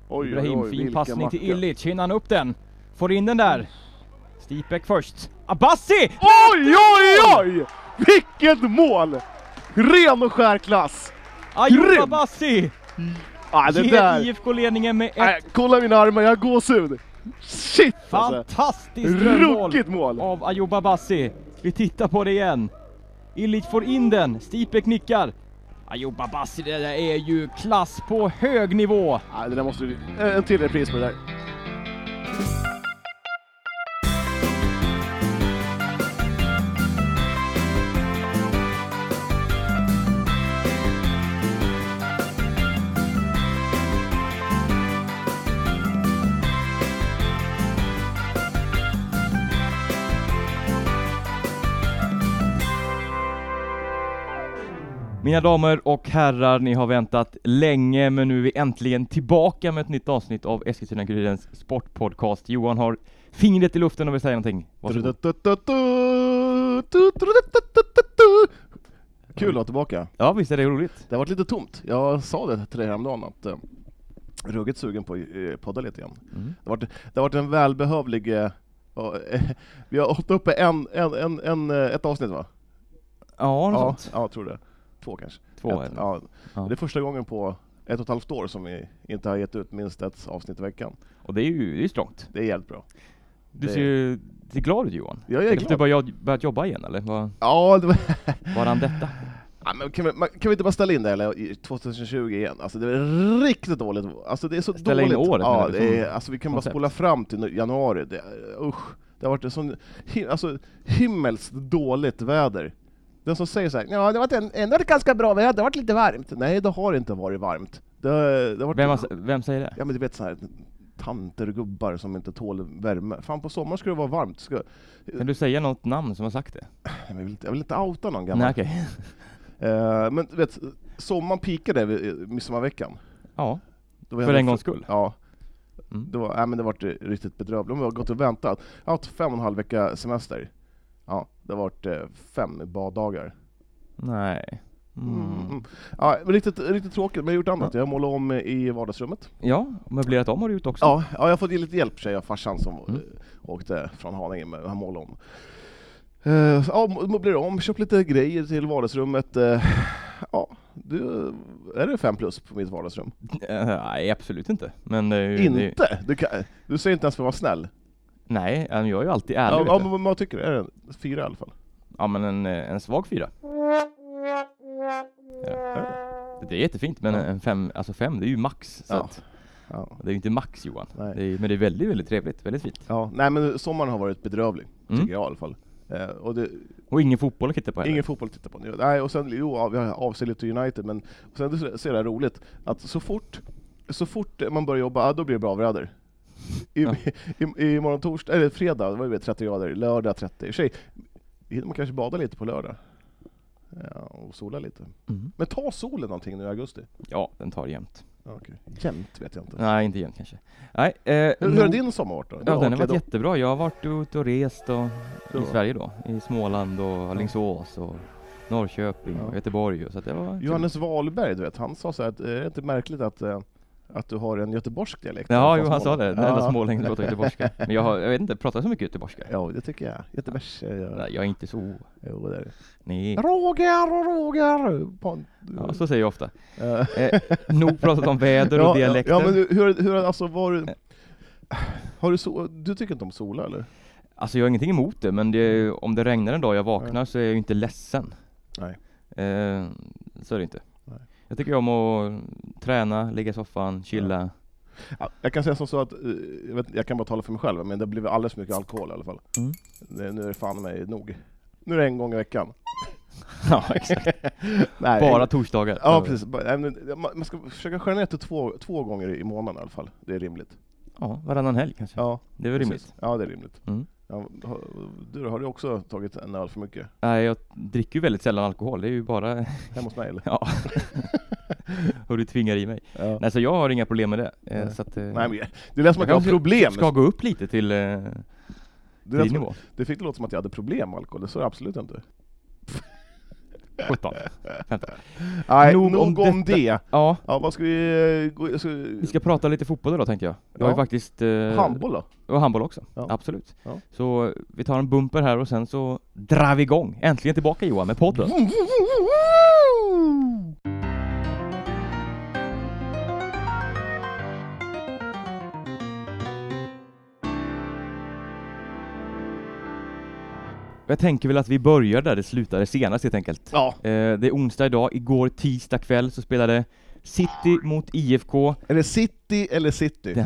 Ibrahim, fin passning till Illich. Hinner han upp den? Får in den där. Stipek först. Abassi! Oj! Vilket mål! Ren och skär klass. Ayoub Abassi! Det Ger där. IFK-ledningen med ett Kolla mina armar, jag går gåshud. Shit alltså. fantastiskt drömmål Ruckigt mål av Ayoub Abassi. Vi tittar på det igen. Illich får in den. Stipek nickar. Ayoub Abassi, det där är ju klass på hög nivå. Det där måste en till repris på det där. Mina damer och herrar, ni har väntat länge, men nu är vi äntligen tillbaka med ett nytt avsnitt av Eskilstuna-Kurirens sportpodcast. Johan har fingret i luften och vill säga någonting. Kul att vara tillbaka. Ja, visst är det roligt. Det har varit lite tomt. Jag sa det till dig häromdagen att ruggigt sugen på att podda lite igen. Det har varit en välbehövlig... vi har hållit uppe ett avsnitt, va? Ja, sånt. Ja, jag tror det. 2 kanske. 2. Ja. Det är första gången på 1,5 år som vi inte har gett ut minst ett avsnitt i veckan. Och det är ju strångt. Det är helt bra. Du ser glad ut, Johan. Jag är glad. Du börjat jobba igen, eller? Var han detta? Ja, men kan vi inte bara ställa in det eller 2020 igen? Alltså det är riktigt dåligt. Alltså det är så ställa dåligt. In året, ja, det är, alltså vi kan bara spola fram till januari. Det har varit en sån himmelskt dåligt väder. Den som säger så här, ja, det har varit ändå ett ganska bra väder, det har varit lite varmt. Nej, det har inte varit varmt. Det har varit Vem säger det? Ja, men du vet så här tanter och gubbar som inte tål värme. Fan, på sommar ska det vara varmt. Kan du säga något namn som har sagt det? Jag vill inte outa någon gammal. Nej, okej. Men du vet, sommaren pikade vid midsommarveckan. Ja, för en gångs skull. Ja. Det var riktigt bedrövligt. Vi har gått och väntat. Jag har haft 5,5 vecka semester. Ja, det har varit 5 baddagar. Nej. Ja, riktigt tråkigt, men jag har gjort annat. Jag har målat om i vardagsrummet. Ja, möblerat om har du gjort också. Ja, jag har fått lite hjälp, tjej av farsan som åkte från Haninge med att måla om. Möblerar om, köpt lite grejer till vardagsrummet. Är det 5+ på mitt vardagsrum? Nej, absolut inte. Men inte? Du säger inte ens för att vara snäll. Nej, jag är ju alltid ärlig. Ja, men vad tycker du? Är det 4 i alla fall? Ja, men en svag 4. Ja. Det är jättefint, men en 5, alltså 5, det är ju max. Så att, det är ju inte max, Johan. Men det är väldigt, väldigt trevligt, väldigt fint. Ja, nej, men sommaren har varit bedrövlig, tycker jag i alla fall. Och ingen fotboll att titta på heller. Ingen fotboll att titta på. Nej, och sen vi har avsett till United, men sen ser det roligt att så fort man börjar jobba, då blir det bra väder. I morgon torsdag eller fredag var det 30 grader, lördag 30. I sig man kanske bada lite på lördag. Ja, och sola lite. Men ta solen någonting nu i augusti. Ja, den tar jämt. Okay. Jämt vet jag inte. Nej, inte jämt kanske. Nej, hur har din sommar varit då? Ja, den har varit jättebra. Jag har varit ute och rest i Sverige då. I Småland och Alingsås och Norrköping och Göteborg. Så att det var Johannes Wahlberg, du vet, han sa så här att det är inte märkligt att du har en göteborgsk dialekt. Ja, jo, han sa det. Den enda smålängen pratar göteborgska. Men jag vet inte, pratar så mycket göteborgska. Ja, det tycker jag. Göteborgs. Nej, jag är inte så. Jo, det är det. Nej. Roger. Ja, så säger jag ofta. Nog pratat om väder och dialekter. Ja, men hur alltså du tycker inte om sola, eller? Alltså, jag har ingenting emot det, men om det regnar en dag jag vaknar så är jag ju inte ledsen. Nej. Så är det inte. Jag tycker om att träna, ligga i soffan, chilla. Ja, jag kan säga som så att jag kan bara tala för mig själv, men det blir alldeles för mycket alkohol i alla fall. Nu är det fan mig nog. Nu är det en gång i veckan. Ja, exakt. Nej, bara torsdagar. Ja, precis. Man ska försöka skära ner till två gånger i månaden i alla fall. Det är rimligt. Ja, varannan helg kanske. Ja, det är väl rimligt. Ja, det är rimligt. Ja, har du också tagit en öl för mycket? Nej, jag dricker ju väldigt sällan alkohol. Det är ju bara... Hemma hos mig, eller? Ja. Och du tvingar i mig. Ja. Nej, så jag har inga problem med det. Så att, nej, men det lät som att jag har problem. Ska gå upp lite till nivå. Det fick det låta som att jag hade problem med alkohol. Det så är det absolut inte. 17. Nej, nog om det. Ja. Ja, vad ska vi gå... Vi ska prata lite fotboll då, tänkte jag. Jag har ju faktiskt... handboll då? Och handboll också, Ja. absolut. Ja. Så vi tar en bumper här och sen så drar vi igång. Äntligen tillbaka Johan med podden. Jag tänker väl att vi börjar där det slutade senast helt enkelt. Ja. Det är onsdag idag, igår tisdag kväll så spelade City mot IFK. Är det City eller City?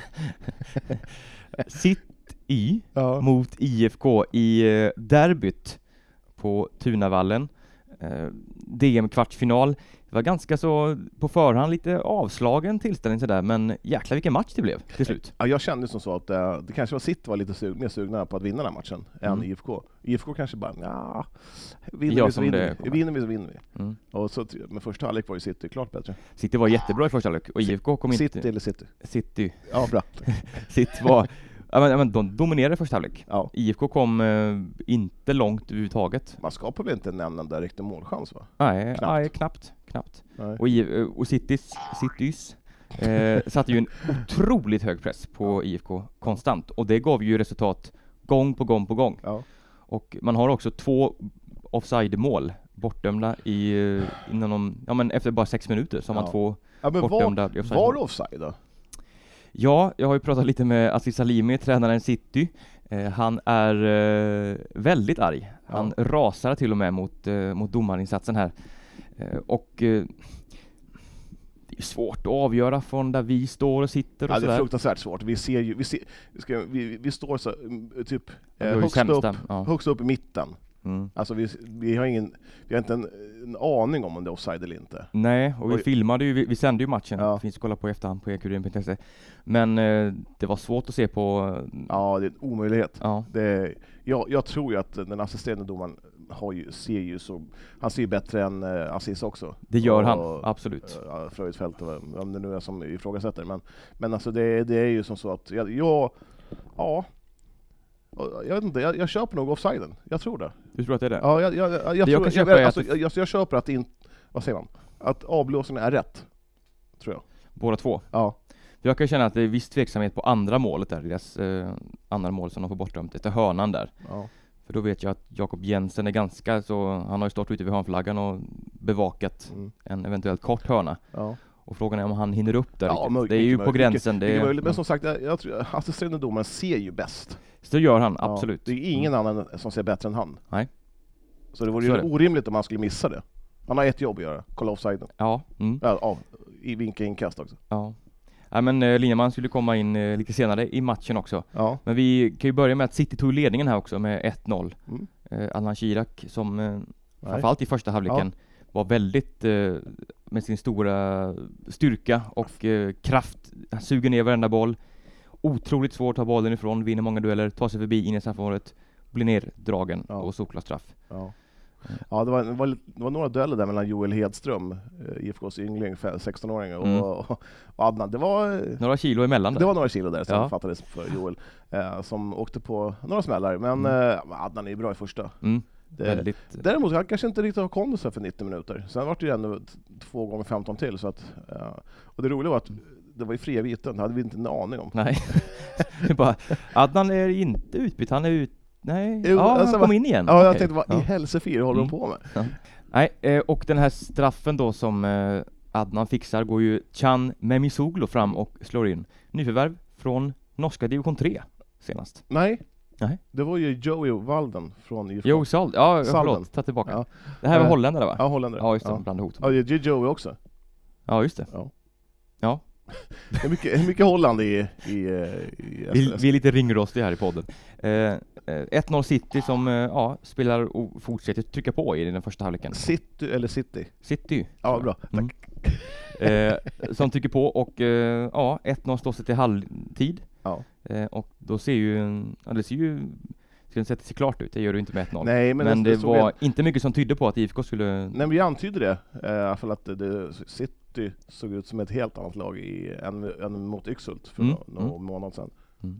City mot IFK i derbyt på Tunavallen. DM-kvartsfinal. Det var ganska så på förhand lite avslagen tillställning sådär, men jäklar vilken match det blev till slut. Ja, jag kände som så att det kanske var City var lite mer sugna på att vinna den här matchen än IFK. IFK kanske bara, vinner vi så vinner vi. Och så, men första halvlek var ju City klart bättre. City var jättebra i första halvlek och IFK kom City inte... City eller City? City. Ja, bra. City var... Ja, men de dominerade första halvlek. Ja. IFK kom inte långt överhuvudtaget. Man ska väl inte nämna den där riktigt målchans, va? Nej, knappt. Nej. Och Citys satte ju en otroligt hög press på IFK konstant. Och det gav ju resultat gång på gång. Ja. Och man har också 2 offside-mål bortdömda efter bara 6 minuter. Så har man 2 bortdömda offside-mål. Var det offside då? Ja, jag har ju pratat lite med Aziz Salimi, tränaren City. Han är väldigt arg. Han rasar till och med mot domarinsatsen här. Det är svårt att avgöra från där vi står och sitter och sådär. Det är fruktansvärt svårt. Vi står så typ högst upp i mitten. Alltså vi har inte en aning om det är offside eller inte. Nej, och vi sände ju matchen. Det finns att kolla på i efterhand på e-kuriren.se. Men det var svårt att se på. Ja, det är en omöjlighet. Ja. Jag tror ju att den assisterande domaren han ser ju bättre än Aziz också. Det gör han, absolut. Fröjdfält, om det nu är som ifrågasätter. Men alltså det är ju som så att jag vet inte, jag köper nog offsiden. Jag tror det. Du tror att det är det? Ja, jag köper att vad säger man? Att avblåsningen är rätt. Tror jag. Båda 2? Ja. Jag kan känna att det är viss tveksamhet på andra målet där, deras andra mål som de får bortdömt efter hörnan där. Ja. För då vet jag att Jakob Jensen är ganska så, han har ju stått ute vid hörnflaggan och bevakat en eventuellt kort hörna. Ja. Och frågan är om han hinner upp där. Ja, det är ju på gränsen. Men som sagt, jag tror assisterande domaren ser ju bäst. Så det gör han, absolut. Det är ingen annan som ser bättre än han. Nej. Så det vore ju orimligt om han skulle missa det. Han har ett jobb att göra, kolla offsiden. Ja. I vinka inkast också. Ja. Ja, men Linjeman skulle komma in lite senare i matchen också. Ja. Men vi kan ju börja med att City tog ledningen här också med 1-0. Allan Kirak som framförallt i första halvleken var väldigt med sin stora styrka och kraft. Han suger ner varenda boll. Otroligt svårt att ta bollen ifrån, vinner många dueller, tar sig förbi in i straffområdet, blir neddragen och solklar straff. Ja, det var några dueller där mellan Joel Hedström, IFKs yngling, 16-åring och Adnan. Det var några kilo emellan där. Det var några kilo där som fattades för Joel, som åkte på några smällar, men Adnan är ju bra i första. Däremot han kanske inte riktigt har kondis för 90 minuter. Sen var det ju ändå 2 gånger 15 till, så att, och det roliga var att det var ju fria viten, det hade vi inte en aning om. Nej. Adnan är inte utbytt, han är ut. Nej, han kom in igen. Ja, jag tänkte, vad i helsefyr håller de på med? Ja. Nej, och den här straffen då som Adnan fixar går ju Can Memisoglu fram och slår in. Nyförvärv från norska division 3 senast. Nej. Det var ju Joey Walden från IFK. Jo, förlåt, ta tillbaka. Ja. Det här var holländare, va? Ja, holländare. Ja, just det, bland ihop. Ja, det är Joey också. Ja, just det. Ja. Det är mycket Holland i vi är lite ringrostiga här i podden. 1-0 City som spelar och fortsätter trycka på i den första halvleken. City eller City? City. Ja, bra. Tack. Som trycker på och 1-0 står sig till halvtid. Ja. Och då det ser ju sig klart ut. Det gör det inte med 1-0. Nej, men det var inte mycket som tydde på att IFK skulle... Nej, vi antydde det. I alla fall att City såg ut som ett helt annat lag än mot Yxhult för någon månad sedan.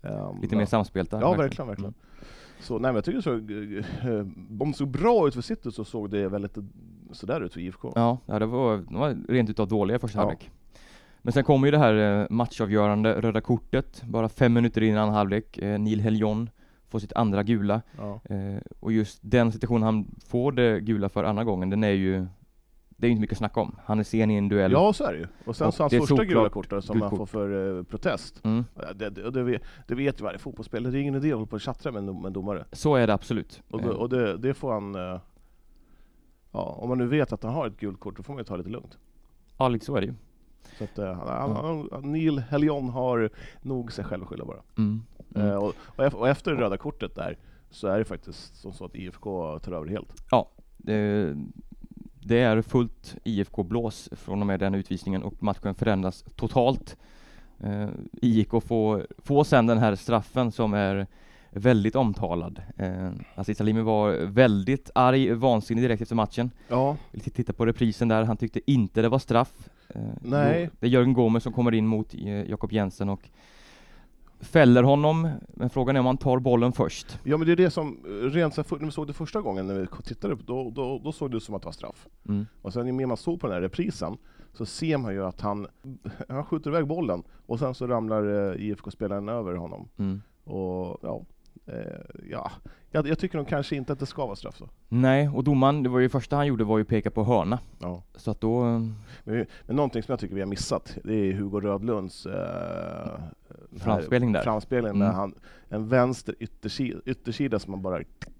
Lite mer samspelt där. Ja, verkligen. Så, nej, men jag tycker så, om det såg bra ut för City så såg det väldigt sådär ut för IFK. Ja, de var rent utav dåliga första halvlek. Men sen kommer ju det här matchavgörande röda kortet, bara 5 minuter innan halvlek. Neil Heljon får sitt andra gula. Och just den situationen han får det gula för andra gången, det är ju inte mycket att snacka om. Han är sen i en duell. Ja, så är det ju. Och sen så hans första gula kort som han får för protest. Det vet ju varje fotbollsspelare. Det är ingen idé att hålla på och tjattra med en domare. Så är det absolut. Och det får han... om man nu vet att han har ett gult kort, då får man ju ta lite lugnt. Ja, lite så är det ju. Så att Neil Heljon har nog sig själv att skylla bara. Och efter det röda kortet där så är det faktiskt så att IFK tar över helt. Ja, det är fullt IFK-blås från och med den utvisningen och matchen förändras totalt. IFK får sen den här straffen som är väldigt omtalad. Aziz Salimi var väldigt arg, vansinnig direkt efter matchen. Ja. Vi titta på reprisen där, han tyckte inte det var straff. Nej. Det är Jörgen Gomes som kommer in mot Jakob Jensen och fäller honom, men frågan är om han tar bollen först. Ja, men det är det som rent när vi såg det första gången när vi tittade då såg det ut som att det var straff. Och sen när man såg på den här reprisen så ser man ju att han skjuter iväg bollen och sen så ramlar IFK-spelaren över honom. Och jag tycker nog kanske inte att det ska vara straff så. Nej, och domaren, det var ju första han gjorde var ju peka på hörna. Ja. Så att då... Men någonting som jag tycker vi har missat, det är Hugo Rödlunds framspelning där. En vänster yttersida som man bara...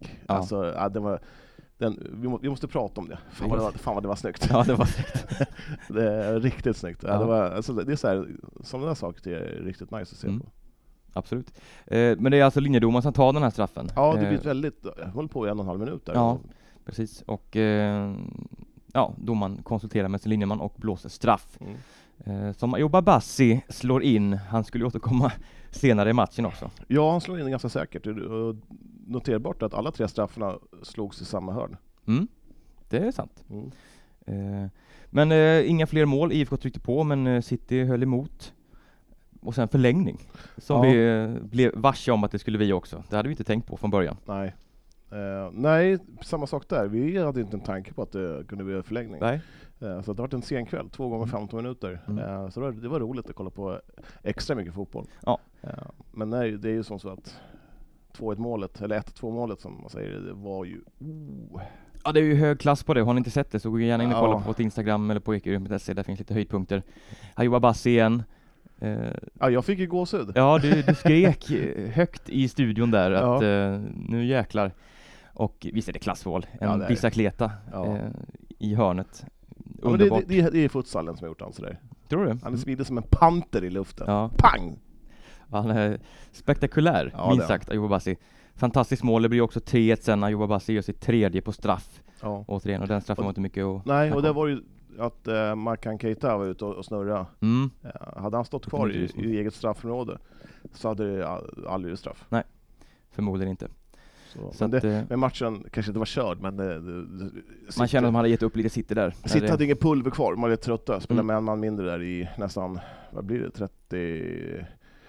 vi måste prata om det. Fan vad det var snyggt. Ja, det var snyggt. Det är riktigt snyggt. Ja. Det är så här, sådana där saker är riktigt nice att se på. Absolut. Men det är alltså linjedomaren som tar den här straffen. Ja, det blir väldigt... Jag håller på 1,5 minut där. Ja, precis. Och domaren konsulterar med sin linjeman och blåser straff. Som Ayoub Abbasi slår in. Han skulle återkomma senare i matchen också. Ja, han slår in ganska säkert. Noterbart att alla 3 straffarna slogs i samma hörn. Det är sant. Men inga fler mål. IFK tryckte på, men City höll emot. Och sen förlängning. Som vi blev varse om att det skulle vi också. Det hade vi inte tänkt på från början. Nej, samma sak där. Vi hade inte en tanke på att det kunde bli förlängning. Nej. Så det har varit en sen kväll, 2 gånger 15 minuter. Så det var roligt att kolla på extra mycket fotboll. Ja. Men nej, det är ju som så att 2-1 målet, eller 1-2 målet som man säger, det var ju... Ja, det är ju hög klass på det. Har ni inte sett det så gå gärna in och kolla på vårt Instagram eller på ekeryd.se. Där finns lite höjdpunkter. Ayoub Abbasi igen. Jag fick ju gåshud. Ja, du skrek högt i studion där att nu jäklar. Och visst är det klassmål. En bicicleta i hörnet. Underbart. Det är futsalen som har gjort han sådär. Tror du? Han är smidig som en panter i luften. Ja. Pang! Han är spektakulär, minst sagt, Ayoub Abbasi. Fantastiskt mål. Det blir också 3-1 sen. Ayoub Abbasi gör sitt 3:e på straff. Återigen, och den straffen var inte mycket att... Nej, och det var ju att Makan Keita var ute och snurra. Hade han stått kvar i eget straffområde så hade det aldrig straff. Nej, förmodligen inte. Så men matchen kanske inte var körd, men man känner att man hade gett upp lite City där. City hade ingen pulver kvar, man är trötta. Spelar med en man mindre där i nästan, vad blir det,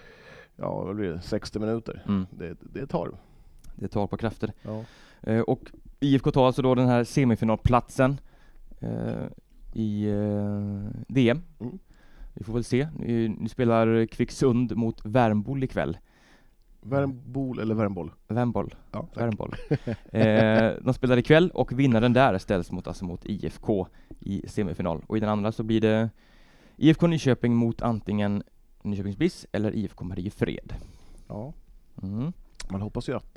60 minuter. Det tar. Det tar på krafter. Och IFK tar alltså då den här semifinalplatsen i DM. Vi får väl se. Nu spelar Kvicksund mot Värmboll ikväll. Värmboll eller Värmboll? Värmboll. Ja, Värmboll. De spelar ikväll och vinnaren där ställs mot IFK i semifinal. Och i den andra så blir det IFK Nyköping mot antingen Nyköpings BIS eller IFK Mariefred. Ja. Man hoppas ju att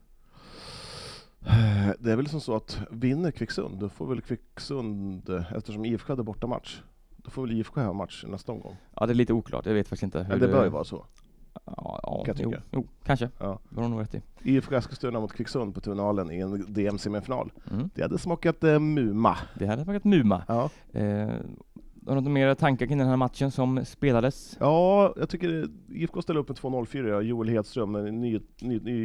det är väl som så att vinner Kvicksund, då får väl Kvicksund, eftersom IFK hade borta match, då får väl IFK ha match nästa omgång. Ja, det är lite oklart. Jag vet faktiskt inte hur det bör ju vara så. Ja, kanske. Ja. Det var nog rätt i. IFK Eskilstuna mot Kvicksund på Tunalen i en DM-semifinal. Det hade smakat Muma. Det hade smakat Muma. Ja. Har du något mer tankar kring den här matchen som spelades? Ja, jag tycker IFK ställer upp med 2-0-4. Joel Hedström, en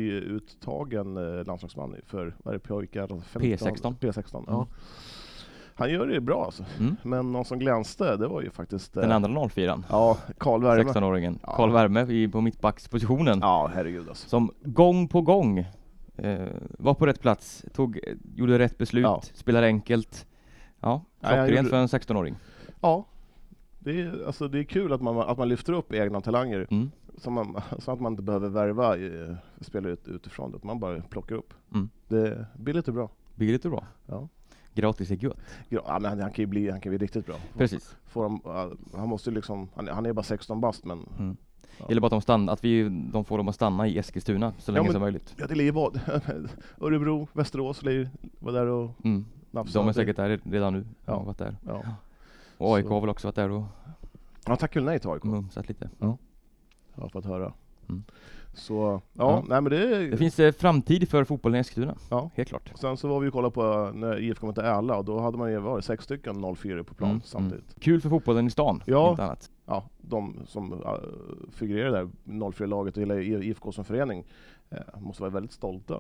nyuttagen landslagsman för, vad är det, pojkar? P16. P16, ja. Han gör det bra alltså. Men någon som glänste, det var ju faktiskt... Den andra 04. Ja, Carl Värme. 16-åringen. Ja. Carl Värme på mittbackspositionen. Ja, herregud alltså. Som gång på gång var på rätt plats, gjorde rätt beslut, spelade enkelt. Ja, klockrent för en 16-åring. Ja, det är kul att man lyfter upp egna talanger. Så att man inte behöver värva spelare utifrån. Att man bara plockar upp. Det blir lite bra. Billigt och bra. Ja. Gratis är gött. Ja, men han kan ju bli riktigt bra. Precis. Han måste liksom, han är bara 16 bast, men... Ja. Eller bara att de får dem att stanna i Eskilstuna så länge som möjligt. Ja, det är vad. Örebro, Västerås var där och nafsa. De är säkert där redan nu. Ja. Varit där. Ja. Och AIK har väl också varit där och... Ja, tack eller nej till AIK. Mumsat lite. Ja. Jag har fått höra. Så, nej men det finns framtid för fotbollen i Eskilstuna. Ja. Helt klart. Sen så var vi och kollade på när IFK mötte Ärla och då hade man ju 6 stycken 0-4 på plan samtidigt. Kul för fotbollen i stan. Ja, annat. Ja, de som figurerar där, 0-4-laget och hela IFK som förening måste vara väldigt stolta.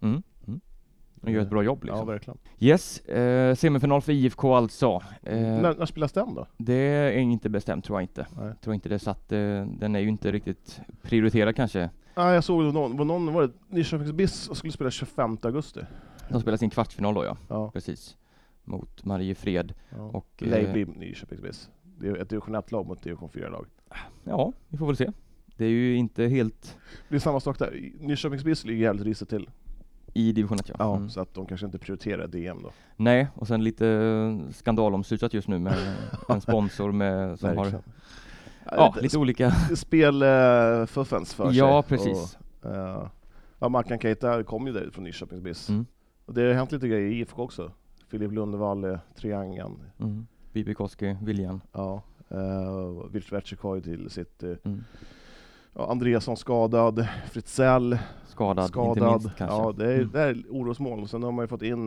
De gör ett bra jobb liksom. Ja, verkligen. Yes, semifinal för IFK alltså. När spelas den då? Det är inte bestämt, tror jag inte. Nej. Tror inte det satt, den är ju inte riktigt prioriterad kanske. Ja, jag såg någon var det Nyköpings BIS skulle spela 25 augusti. De spelar sin kvartsfinal då, ja. Precis. Mot Mariefred. Ja. Och det blir Nyköpings BIS. Det är ett division 1-lag mot division 4-lag. Ja, vi får väl se. Det är ju inte helt... Det är samma sak där. Nyköpings BIS ligger jävligt risigt till. I division 1, ja. Så att de kanske inte prioriterar DM då. Nej, och sen lite skandalomsusat just nu med en sponsor som har... Ja, lite olika... Spelfuffens för sig. Ja, precis. Och, Markan Keita kom ju där från Nyköpings BIS. Och det har hänt lite grejer i IFK också. Filip Lundevall, Triangeln. Bibi Koski, William. Ja, Viltvertsikoj till sitt... Andreasson skadad, Fritzell skadad. Inte minst, kanske. Ja, det är orosmål. Och sen har man ju fått in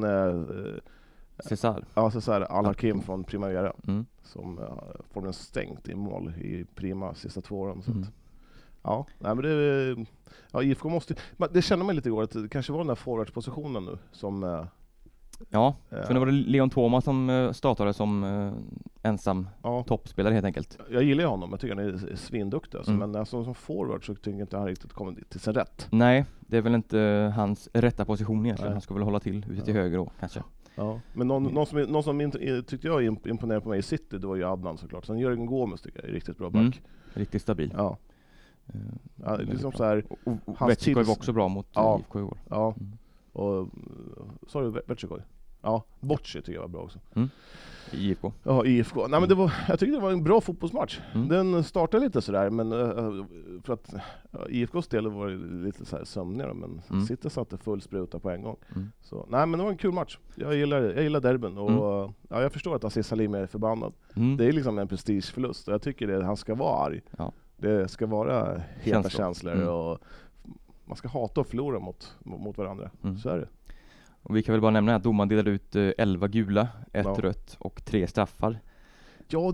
Cesar. Ja, Cesar Al-Hakim från Primavera som får den stängt i mål i Prima sista 2 åren. Så att, ja, nej, men IFK måste... Det känner man lite igår att det kanske var den där forwardspositionen nu som... Ja, för nu var det Leon Thomas som startade som ensam toppspelare helt enkelt. Jag gillar honom, jag tycker han är svinduktig alltså, men alltså, som forward så tycker jag inte han riktigt kommer till sin rätt. Nej, det är väl inte hans rätta position egentligen. Han ska väl hålla till ute till höger då, kanske. Ja, men någon som tyckte jag imponerade på mig i City, det var ju Adnan såklart. Sen Jörgen Gomes tycker jag är riktigt bra back. Riktigt stabil. Ja. Ja, liksom så här, och Vetchikoj var också bra mot IFK i år. Ja. Och sa du Vetchikoj? Ja, Bocci tycker jag var bra också. IFK. Ja, IFK. Nej, men jag tyckte det var en bra fotbollsmatch. Den startade lite sådär, men för att IFKs del var lite så här sömniga, men City satte full spruta på en gång. Så nej, men det var en kul match. Jag gillar derbyn och jag förstår att Aziz Salim är förbannad. Det är liksom en prestigeförlust och jag tycker han ska vara arg. Ja. Det ska vara heta känslor och man ska hata och förlora mot varandra. Så är det. Och vi kan väl bara nämna att domaren delade ut 11 gula, 1 rött och 3 straffar. Ja,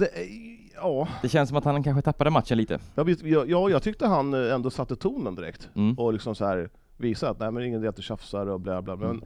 det känns som att han kanske tappade matchen lite. Jag tyckte han ändå satte tonen direkt och liksom så här visade att nej, men ingen rätt att tjafsar och bla bla. Men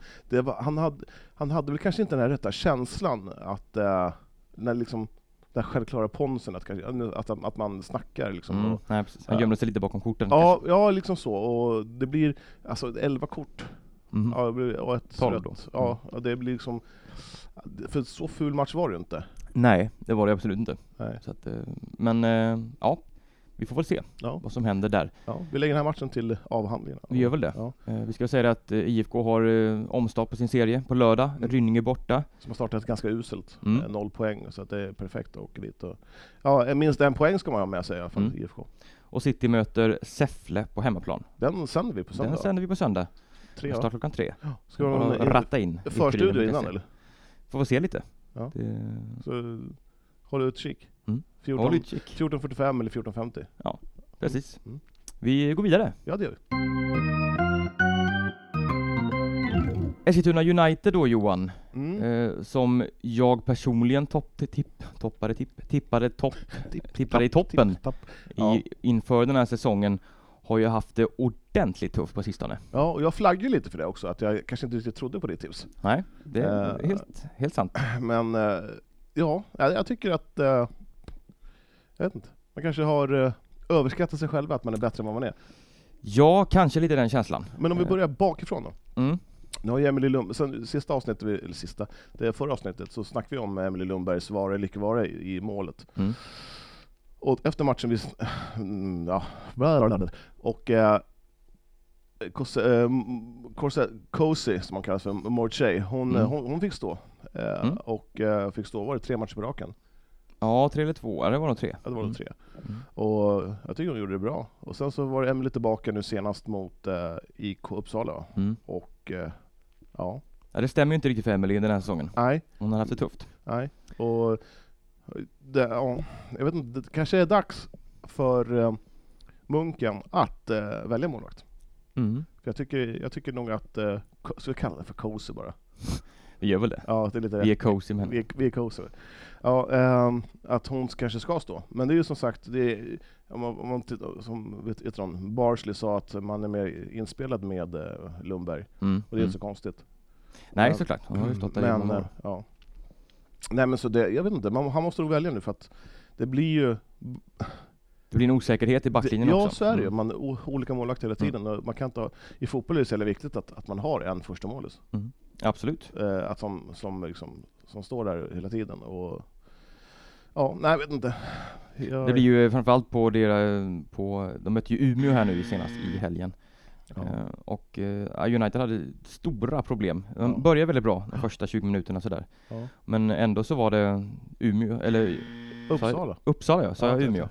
han hade väl kanske inte den här rätta känslan att när liksom den självklara ponsen att man snackar liksom. Nej, precis. Han gömde sig lite bakom korten. Ja, liksom så. Och det blir alltså 11 kort. Ja, det blir ett rött. Ja, det blir liksom, för så ful match var det ju inte. Nej, det var det absolut inte. Så att, men ja, vi får väl se vad som händer där. Ja, vi lägger den här matchen till avhandlingen. Vi gör väl det. Ja. Vi ska säga att IFK har omstart på sin serie på lördag. Rynninge borta. Som har startat ganska uselt. 0 poäng, så att det är perfekt att åka dit. Och, minst 1 poäng ska man ha med sig i alla fall, IFK. Och City möter Säffle på hemmaplan. Den sänder vi på söndag. Start klockan 3. Ska vi ratta in förstudio innan eller? Får vi se lite. Ja. Så håll utkik. 14:45 eller 14:50. Ja, precis. Vi går vidare. Ja, det gör vi. Eskilstuna United då, Johan. Som jag personligen tippade i toppen inför den här säsongen, har ju haft det ordentligt tufft på sistone. Ja, och jag flaggade lite för det också, att jag kanske inte riktigt trodde på det tips. Nej, det är helt sant. Men ja, jag tycker att jag vet inte, man kanske har överskattat sig själva, att man är bättre än vad man är. Ja, kanske lite den känslan. Men om vi börjar bakifrån då. Nu har Emily Lundberg, sen förra avsnittet så snackade vi om Emily Lundbergs vara eller icke vara i målet. Och efter matchen Cozy, som man kallar för, Mortshey, hon fick stå. Och fick stå, var det 3 matcher på raken? Ja, 3 eller 2, det var nog 3. Ja, det var nog 3. Och jag tycker hon gjorde det bra. Och sen så var Emily tillbaka nu senast mot IK Uppsala. Och ja, det stämmer ju inte riktigt för Emily den här säsongen. Nej. Hon har haft det tufft. Nej, och jag vet inte, det kanske är dags för Munken att välja målvakt. För jag tycker nog att, ska vi kalla det för Cozy bara? Vi gör väl det. Ja, det är lite vi är Cozy med henne. Vi är Cozy. Ja, att hon kanske ska stå. Men det är ju som sagt, om man som Barsley sa, att man är mer inspelad med Lundberg. Och det är inte så konstigt. Nej, såklart. Hon har ju stått där i många år. Ja. Nej, men så det, jag vet inte, han måste nog välja nu, för att det blir ju... Det blir en osäkerhet i backlinjen också. Ja, så är det ju. Man olika målvakter hela tiden. Man kan inte i fotboll är det så väldigt viktigt att man har en första målis. Absolut. Att som står där hela tiden. Och ja, nej, jag vet inte. Det blir ju framförallt de mötte ju Umeå här nu senast i helgen. Och United hade stora problem. De började väldigt bra de första 20 minuterna sådär. Men ändå så var det Umeå, eller Uppsala, ja, sa jag Umeå.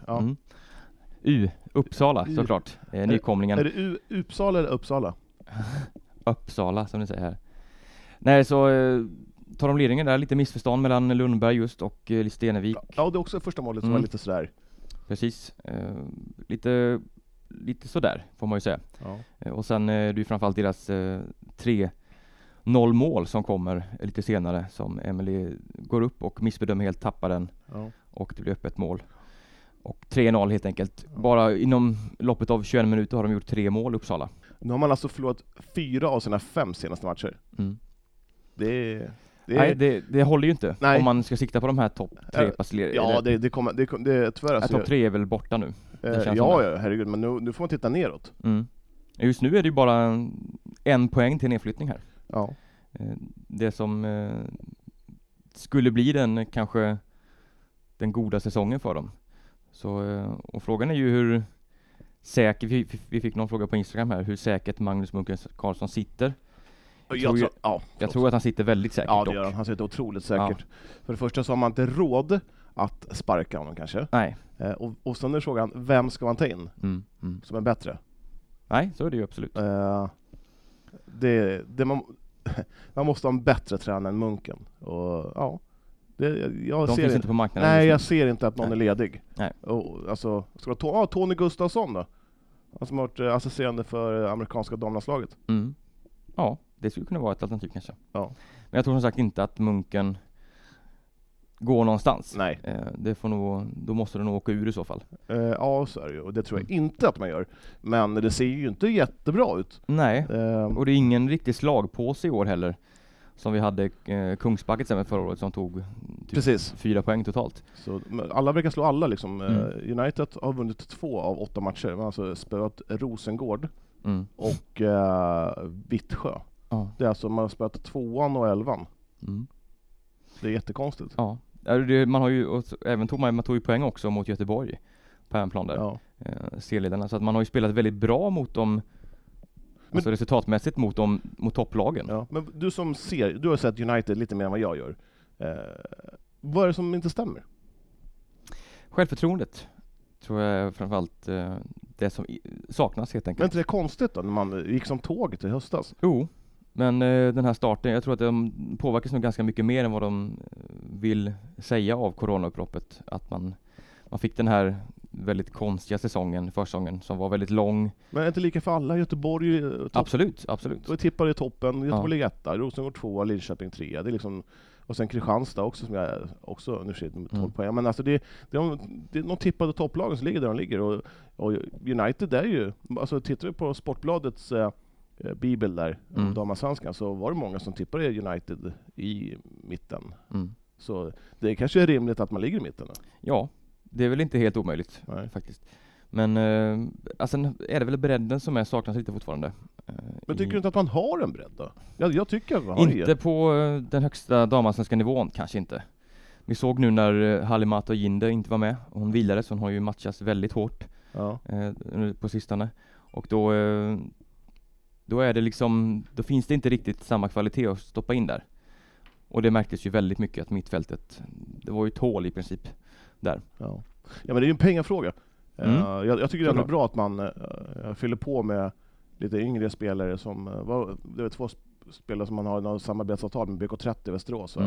Uppsala, såklart. Nykomlingen. Är det Uppsala eller Uppsala? Uppsala, som ni säger här. Nej, så tar de ledningen där, lite missförstånd mellan Lundberg just och Stenevik. Ja, det är också första målet som var lite sådär. Precis. Lite sådär, får man ju säga. Och sen det är ju framförallt deras 3-0 mål som kommer lite senare, som Emily går upp och missbedömer helt, tappar den. Och det blir öppet mål. Och 3-0 helt enkelt. Bara inom loppet av 21 minuter har de gjort 3 mål Uppsala. Nu har man alltså förlorat 4 av sina 5 senaste matcher. Det håller ju inte. Nej. Om man ska sikta på de här topp 3 passerare. Ja, det kommer tyvärr. Topp 3 är väl borta nu. Ja, herregud, men nu får man titta neråt. Just nu är det ju bara 1 poäng till nedflyttning här. Ja. Det som skulle bli den goda säsongen för dem. Så, och frågan är ju hur säker, vi fick någon fråga på Instagram här, hur säkert Magnus Munken Karlsson sitter. Jag tror att han sitter väldigt säkert. Ja, det gör han. Han sitter otroligt säkert. För det första så har man inte råd att sparka honom kanske. Nej. Och sen är frågan, vem ska man ta in som är bättre? Nej, så är det ju absolut. Man måste ha en bättre tränare än Munken. Och ja, de finns inte på marknaden. Nej, jag ser inte att någon är ledig. Nej. Och, alltså, ska Tony Gustafsson då? Han som har varit assisterande för amerikanska damlandslaget. Ja, det skulle kunna vara ett alternativ kanske. Ja. Men jag tror som sagt inte att Munken går någonstans. Nej. Då måste du nog åka ur i så fall. Ja, så är det ju. Och det tror jag inte att man gör. Men det ser ju inte jättebra ut. Nej, och det är ingen riktig slagpåse i år heller. Som vi hade Kungsbacket sen förra året som tog typ 4 poäng totalt. Så alla verkar slå alla liksom. United har vunnit 2 av 8 matcher. Man har alltså spöat Rosengård och Vittsjö. Det är alltså, man har spöat 2an och 11an. Det är jättekonstigt. Ja. Man har ju även man tog ju poäng också mot Göteborg på hemplan där. C-ledarna, så att man har ju spelat väldigt bra mot dem. Alltså resultatmässigt mot topplagen. Ja, men du har sett United lite mer än vad jag gör. Vad är det som inte stämmer? Självförtroendet tror jag framförallt det som saknas helt enkelt. Men inte det är konstigt då när man gick som tåget i höstas? Jo, men den här starten, jag tror att de påverkas nog ganska mycket mer än vad de vill säga av coronaupploppet. Att man fick den här väldigt konstiga försäsongen som var väldigt lång. Men är inte lika för alla? Göteborg Absolut. Då tippar i toppen, Göteborg ligger 1, Rosengård 2, Linköping 3. Det är liksom, Och sen Kristianstad också, som jag också nu ser med 12 poäng. Men alltså det är de tippade topplagen som ligger där de ligger. Och United är ju, alltså tittar vi på Sportbladets bibel där, damallsvenskan, så var det många som tippade United i mitten. Så det kanske är rimligt att man ligger i mitten då. Ja, det är väl inte helt omöjligt faktiskt. Men alltså är det väl bredden som saknas lite fortfarande. Men tycker du inte att man har en bredd då? Jag tycker att man har inte det. På den högsta damallsvenska nivån, kanske inte. Vi såg nu när Halimata Jinde inte var med. Hon vilade, så hon har ju matchats väldigt hårt på sistone. Och då är det liksom, då finns det inte riktigt samma kvalitet att stoppa in där. Och det märktes ju väldigt mycket att mittfältet, det var ju ett hål i princip där. Ja, men det är ju en pengafråga. Jag tycker det är bra att man fyller på med lite yngre spelare som det är 2 spelare som man har något samarbetsavtal med BK30 Västerås.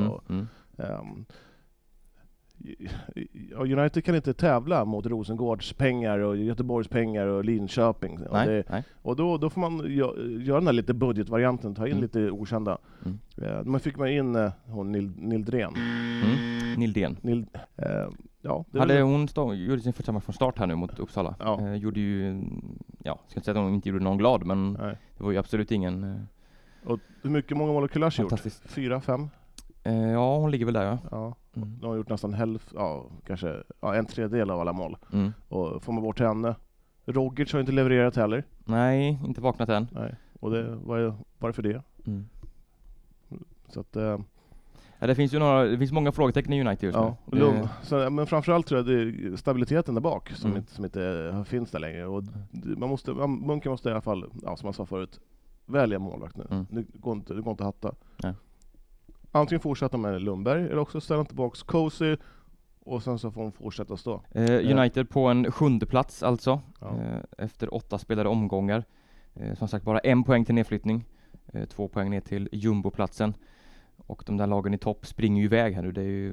United kan inte tävla mot Rosengårds pengar och Göteborgs pengar och Linköping. Och då får man göra den här lite budgetvarianten, ta in lite okända. Man fick man in hon Nildren. Nildén. Hon gjorde sin första match från start här nu mot Uppsala. Gjorde ju, ska inte säga att hon inte gjorde någon glad, men det var ju absolut ingen. Och hur många mål har Kulash gjort? 4, 5? Ja, hon ligger väl där, ja. De har gjort nästan kanske en tredjedel av alla mål. Och får man bort henne. Rogic har inte levererat heller. Nej, inte vaknat än. Nej. Och varför det? Så att det finns ju det finns många frågetecken i United just nu. Men framförallt tror jag det är stabiliteten där bak som inte finns där längre. Och Munken måste i alla fall, som jag sa förut, välja målvakt nu. Det går inte att hatta. Nej. Antingen fortsätta med Lundberg eller också ställa tillbaka Cozy och sen så får hon fortsätta stå. United på en 7:e plats alltså. Efter 8 spelade omgångar. Som sagt bara 1 poäng till nedflyttning. 2 poäng ner till jumboplatsen. Och de där lagen i topp springer ju iväg här nu. Det är ju,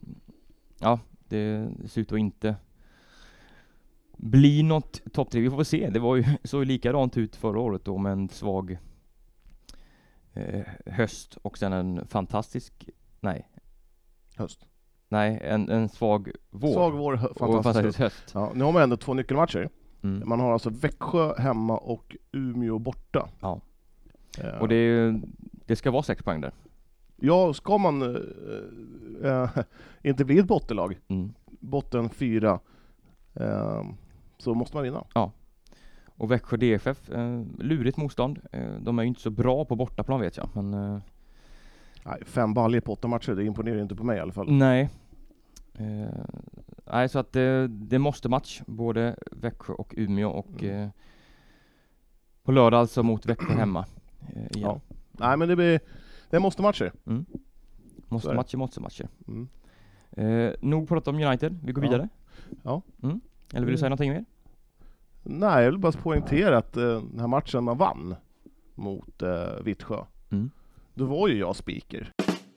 det ser ut att inte bli något topp 3. Vi får väl se. Det var ju så likadant ut förra året då, med en svag höst och sen en fantastisk höst. Nej, en svag vår. Svag vår, fantastisk höst. Ja, nu har man ändå 2 nyckelmatcher. Man har alltså Växjö hemma och Umeå borta. Ja. Och det ska vara 6 poäng där. Ja, ska man inte bli ett bottenlag, botten 4, så måste man vinna. Ja. Och Växjö DFF, lurigt motstånd. De är ju inte så bra på bortaplan, vet jag. Men, nej, 5 baljor på 8 matcher, det imponerar inte på mig i alla fall. Nej. Nej, så att det måste match. Både Växjö och Umeå. Och på lördag alltså mot Växjö hemma. Ja. Nej, men det måste matcher. Måste matcher. Nog pratat om United. Vi går vidare. Ja. Eller vill du säga någonting mer? Nej, jag vill bara poängtera att den här matchen man vann mot Vittsjö, då var ju jag speaker.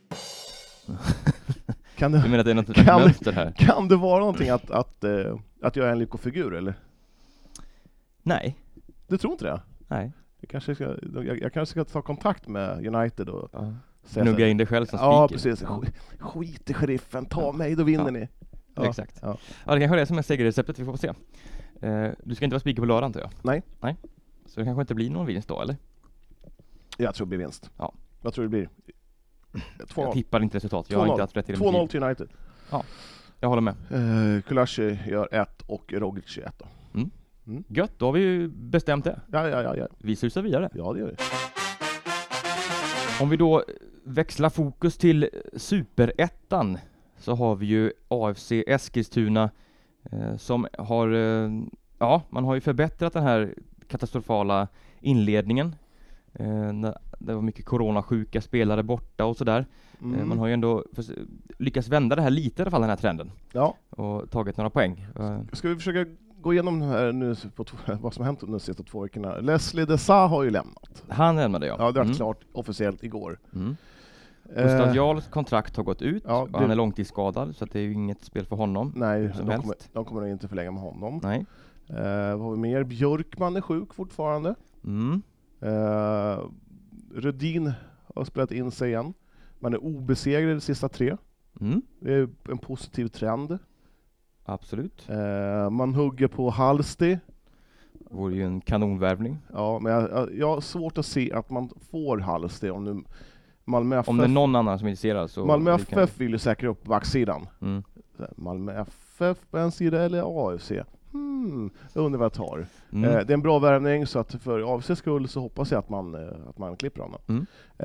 Du menar att det är något mönster här? Kan det vara någonting att jag är en lyckofigur, eller? Nej. Du tror inte det? Nej. Jag kanske ska ta kontakt med United och gnugga in dig själv som speaker. Ja, precis. Skit i sheriffen, ta mig, då vinner ni. Ja. Exakt. Ja, det kanske är det som är segerreceptet, vi får se. Du ska inte vara speaker på lördag, antar jag? Nej. Så det kanske inte blir någon vinst då, eller? Jag tror det blir vinst. Ja. Jag tror det blir 2-0. Jag tippar inte resultat. Jag har inte haft rätt till 2-0 till United. Ja, jag håller med. Kulashi gör 1 och Rogic 1 då. Gött, då har vi ju bestämt det. Ja. Vi susar vidare. Ja, det gör vi. Om vi då växlar fokus till Superettan, så har vi ju AFC Eskilstuna som har, man har ju förbättrat den här katastrofala inledningen. Det var mycket coronasjuka spelare borta och sådär. Man har ju ändå lyckats vända det här lite i alla fall, den här trenden. Ja. Och tagit några poäng. Ska vi försöka gå igenom här nu på vad som hänt under de sista 2 veckorna? Leslie Desa har ju lämnat. Han lämnade, ja. Ja, det var klart officiellt igår. Gustav Jarls kontrakt har gått ut, och han är långtidsskadad, så att det är ju inget spel för honom. Nej, de kommer nog inte förlänga med honom. Nej. Vad har vi mer? Björkman är sjuk fortfarande. Rödin har spelat in sig igen. Man är obesegrad de sista 3. Det är en positiv trend. Absolut. Man hugger på Halsti. Det vore ju en kanonvärvning. Ja, men jag har svårt att se att man får Halsti om nu Malmö FF... Om det är någon annan som är intresserad så... Malmö FF vill ju säkra upp backsidan. Malmö FF på en sida eller AFC? Jag undrar vad jag tar. Det är en bra värvning, så att för AFCs skull så hoppas jag att man klipper honom.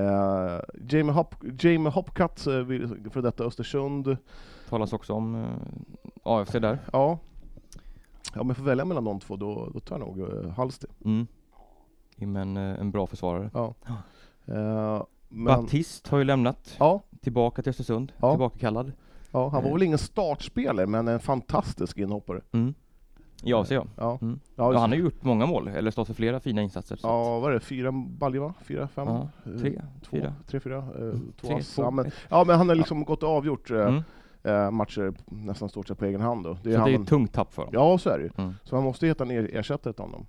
Jamie Hopcutt för detta Östersund. Talas också om AFC där. Ja, om jag får välja mellan de två då tar jag nog Halsti. Men en bra försvarare. Ja. Baptist har ju lämnat tillbaka till Östersund, tillbaka kallad. Ja, han var väl ingen startspelare, men en fantastisk inhoppare. Ja, så ja. Han har ju gjort många mål, eller stått för flera fina insatser. Så. Ja, vad är det? 4 baljor, va? 4, 5? 3, 4. 2. Men han har liksom gått och avgjort matcher nästan stort sett på egen hand då. Det är ett tungt tapp för honom. Ja, så är det. Så man måste hitta en ersättare till honom.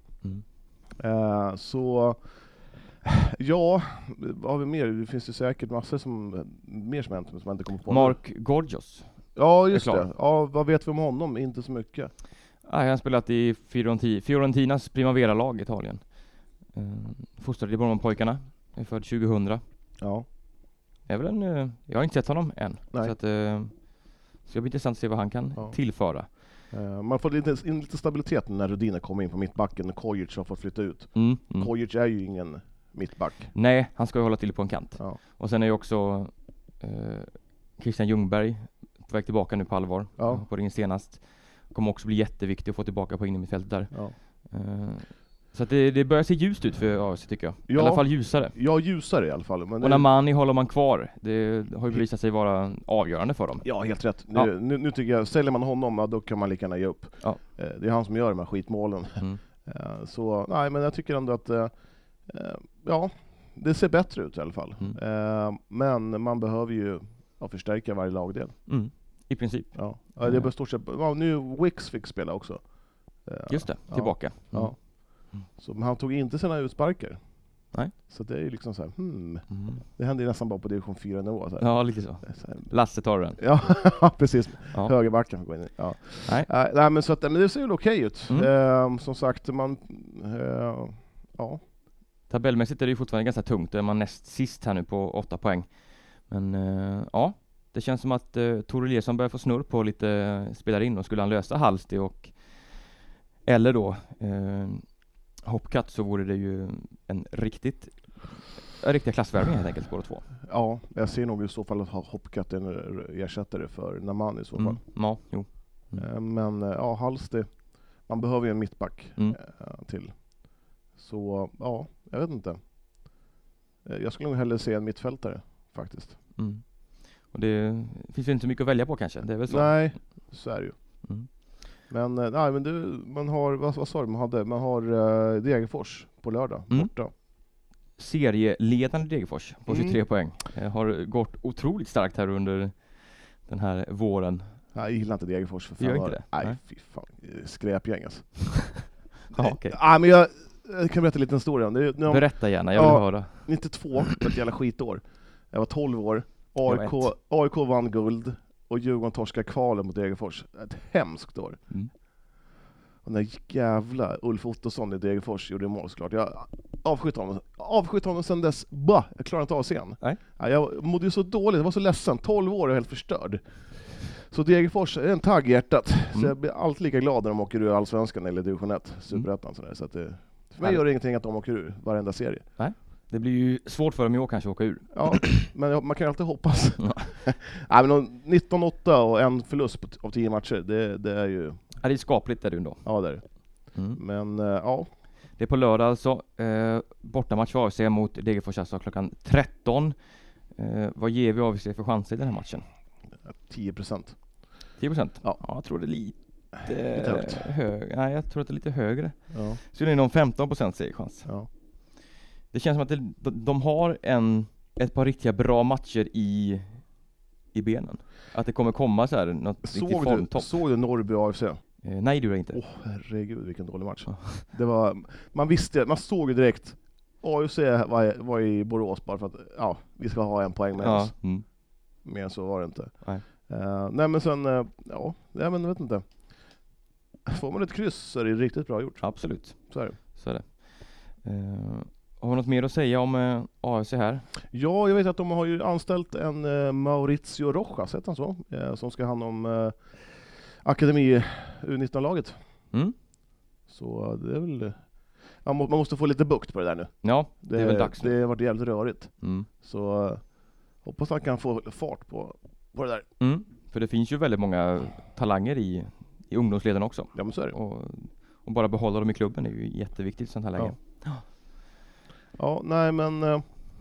Så... Ja, vad har vi mer? Det finns ju säkert massor som hänt som man inte kommer på. Mark Gorgios. Ja, just det. Ja, vad vet vi om honom? Inte så mycket. Han har spelat i Fiorentinas Primavera-lag i Italien. Fostrade i Bornholm-pojkarna. Är född 2000. Ja. Jag har inte sett honom än. Så att, så det blir intressant att se vad han kan tillföra. Man får lite stabilitet när Rudina kommer in på mittbacken och Kojic har fått flytta ut. Kojic är ju ingen mittback. Nej, han ska ju hålla till på en kant. Och sen är ju också Christian Ljungberg på väg tillbaka nu på allvar. På ringen senast. Kommer också bli jätteviktigt att få tillbaka på innermittfältet där. Så att det börjar se ljust ut för AFC tycker jag. I alla fall ljusare. Ja, ljusare i alla fall. Men och när Mani håller man kvar. Det har ju visat sig vara avgörande för dem. Ja, helt rätt. Nu tycker jag, säljer man honom, då kan man lika gärna ge upp. Det är han som gör de här skitmålen. Så nej, men jag tycker ändå att det ser bättre ut i alla fall. Men man behöver ju förstärka varje lagdel. I princip. Det bör stort sett. Nu Wicks fick spela också. Just det, tillbaka. Så, men han tog inte sina utsparkar. Nej. Så det är ju liksom så här, det händer nästan bara på division 4 nivå. Så här. Ja, lite så. Lasse tar den. Ja, precis. Högerbacken får gå in. Nej, men så att, men det ser ju okej ut. Som sagt, man tabellmässigt är det ju fortfarande ganska tungt. Då är man näst sist här nu på 8 poäng. Men det känns som att Tor Eliasson börjar få snurr på lite spelare in, och skulle han lösa Halsti eller då Hopcutt, så vore det ju en riktiga klassvärvning helt enkelt, båda två. Ja, jag ser nog i så fall att ha Hopcutt en ersättare för Namani i så fall. Men Halsti, man behöver ju en mittback till. Så jag vet inte. Jag skulle nog hellre se en mittfältare faktiskt. Och det finns ju inte så mycket att välja på kanske. Det är väl så. Nej, så är det ju. Men man har, vad sa du man har Degerfors på lördag borta. Serieledande Degerfors på 23 poäng. Har gått otroligt starkt här under den här våren. Jag gillar inte Degerfors för fan. Gör inte det? Nej, fy fan. Skräpgäng alltså. Men jag kan berätta en liten historia om det. Berätta gärna, jag vill höra. 92 var ett jävla skitår. Jag var 12 år. AIK vann guld och Djurgården torskade kvalen mot Degerfors. Ett hemskt år. Och den jävla Ulf Ottosson i Degerfors gjorde mål såklart. Jag avskytt honom sen dess. Jag klarar inte av scen. Jag mådde ju så dåligt, jag var så ledsen. 12 år och helt förstörd. Så Degerfors är en tagg i hjärtat. Så jag blir alltid lika glad när de åker ur Allsvenskan eller Division 1, Superettan sådär. Så att för mig gör det ingenting att de åker ur varenda serie. Nej. Det blir ju svårt för dem i år kanske att åka ur. Ja, men man kan alltid hoppas. Nej, men 19-8 och en förlust av 10 matcher, det är ju... Ja, det är skapligt är det ändå. Ja, det är det. Men Det är på lördag alltså. Bortamatch för AFC mot Degerfors alltså klockan 13. Vad ger vi AFC för chanser i den här matchen? 10%. 10%? Ja. Jag tror det är lite högre. Nej, jag tror att det är lite högre. Ja. Så det är nog 15% segerchans. Ja. Det känns som att de har ett par riktiga bra matcher i benen. Att det kommer komma så här något riktigt formtopp. Såg du Norrby AFC? Nej, det gjorde jag inte. Herregud, vilken dålig match. Det var, man såg ju direkt, AFC var i Borås bara för att vi ska ha en poäng med oss. Mer än så var det inte. Nej men sen, men jag vet inte. Får man ett kryss så är det riktigt bra gjort. Absolut. Så är det. Har du något mer att säga om AFC här? Ja, jag vet att de har ju anställt en Mauricio Rojas, heter han så? Som ska hand om Akademi U19-laget. Så det är väl... Man måste få lite bukt på det där nu. Ja, det är väl dags nu. Det har varit jävligt rörigt. Så hoppas att han kan få fart på det där. För det finns ju väldigt många talanger i ungdomsleden också. Ja, men så är det. Och bara behålla dem i klubben är ju jätteviktigt i sånt här läge. Ja, nej men...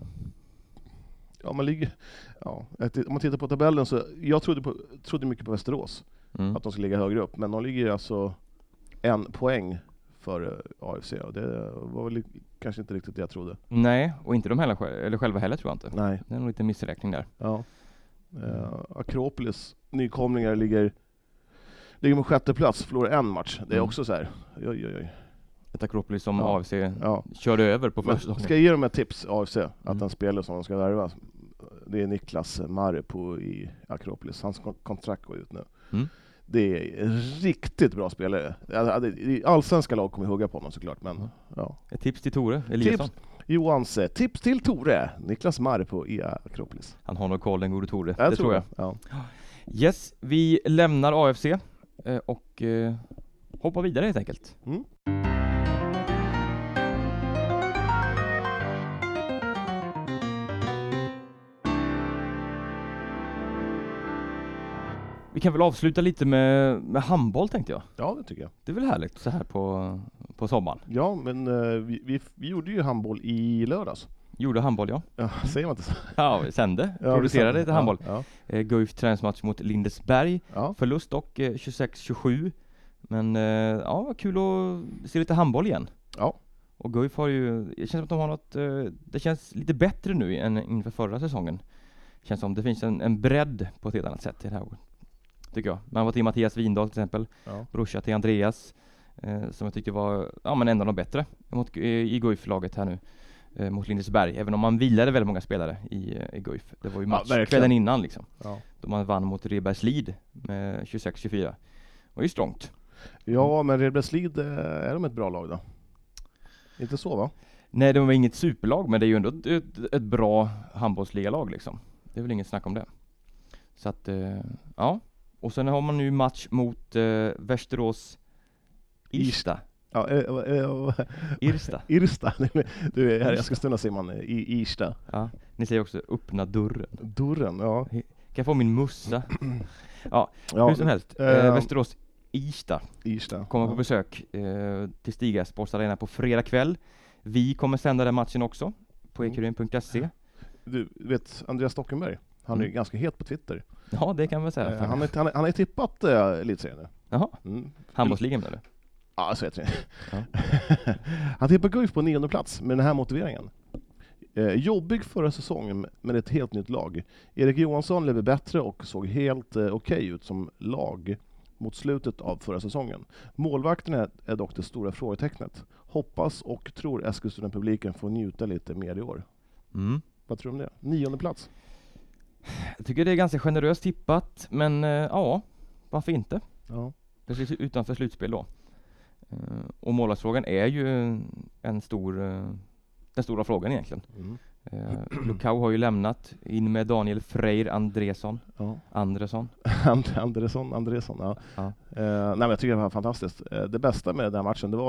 om man tittar på tabellen så... Jag trodde mycket på Västerås. Att de skulle ligga högre upp. Men de ligger alltså 1 poäng för AFC. Och det var väl kanske inte riktigt det jag trodde. Nej, och inte de heller, själva heller tror jag inte. Nej. Det är nog lite missräkning där. Ja. Akropolis nykomlingar ligger på 6:e plats, förlorar 1 match. Det är också så här. Oj. Ett Akropolis som AFC körde över på första säsongen. Ska jag ge dem ett tips, AFC, att han spelar som de ska värva. Det är Niklas Maripo i Akropolis. Hans kontrakt går ut nu. Det är riktigt bra spelare. Allsvenska lag kommer hugga på honom såklart. Men, Ett tips till Tore Eliasson. Johans tips till Tore. Niklas Maripo i Akropolis. Han har nog koll, den gode Tore. Det tror jag. Ja. Yes, vi lämnar AFC och hoppar vidare helt enkelt. Vi kan väl avsluta lite med handboll tänkte jag. Ja, det tycker jag. Det är väl härligt så här på sommaren. Ja, men vi gjorde ju handboll i lördags. Gjorde handboll, ja. Ja, säger man inte så? Ja, vi sände. Producerade lite handboll. Ja. Guif träningsmatch mot Lindesberg. Ja. Förlust dock 26-27. Men vad kul att se lite handboll igen. Ja. Och Guif har ju, det känns som att de har något, det känns lite bättre nu än inför förra säsongen. Det känns som det finns en bredd på ett helt annat sätt i det här året, tycker jag. Man var till Mattias Windahl till exempel, brorsa till Andreas, som jag tyckte var en av de bättre i Guif-laget här nu mot Lindesberg, även om man vilade väldigt många spelare i Guif. Det var ju matchkvällen innan liksom. Då man vann mot Redbergslid med 26-24. Det var ju strångt. Ja, men Redbergslid, är de ett bra lag då? Inte så, va? Nej, de var inget superlag, men det är ju ändå ett bra handbollsligalag liksom. Det är väl inget snack om det. Så att, och sen har man nu match mot Västerås Irsta. Ja, Irsta. Irsta. Du är här, jag ska stunda säger man i Irsta. Ja, ni säger också öppna dörren. Dörren, ja. Kan jag få min mussa? Hur som helst. Västerås Irsta kommer på besök till Stiga Sports Arena på fredag kväll. Vi kommer sända den matchen också på ekurien.se. Du vet Andreas Stockenberg, han är ganska het på Twitter. Ja, det kan man säga. Han har tippat elitserien nu. Jaha, handbollsligan eller? Ja, så heter det. Han tippar Guif på 9:e plats med den här motiveringen. Jobbig förra säsongen med ett helt nytt lag. Erik Johansson lever bättre och såg helt okej ut som lag mot slutet av förra säsongen. Målvakten är dock det stora frågetecknet. Hoppas och tror Eskilstuna-publiken får njuta lite mer i år. Vad tror du om det? 9:e plats. Jag tycker det är ganska generöst tippat, men varför inte? Ja. Precis utanför slutspel då. Och målvaktsfrågan är ju den stora frågan egentligen. Lukau har ju lämnat in med Daniel Freyr Andresson. Andresson, ja. Nej, men jag tycker det var fantastiskt. Det bästa med den här matchen, det var